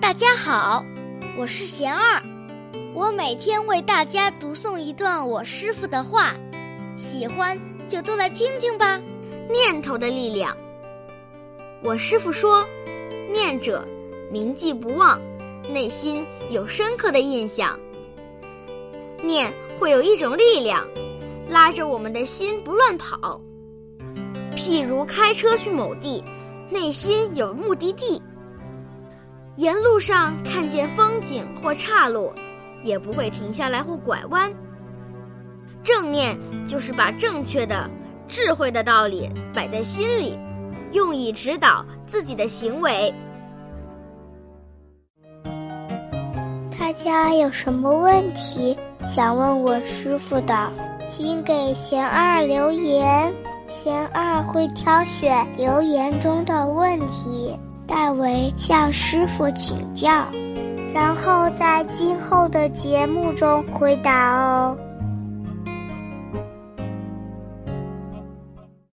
大家好，我是贤二，我每天为大家读诵一段我师父的话，喜欢就都来听听吧。念头的力量。我师父说，念者铭记不忘，内心有深刻的印象。念会有一种力量，拉着我们的心不乱跑。譬如开车去某地，内心有目的地，沿路上看见风景或岔路，也不会停下来或拐弯。正念就是把正确的、智慧的道理摆在心里，用以指导自己的行为。 大家有什么问题想问我师父的，请给贤二留言，贤二会挑选留言中的问题，代为向师父请教，然后在今后的节目中回答哦。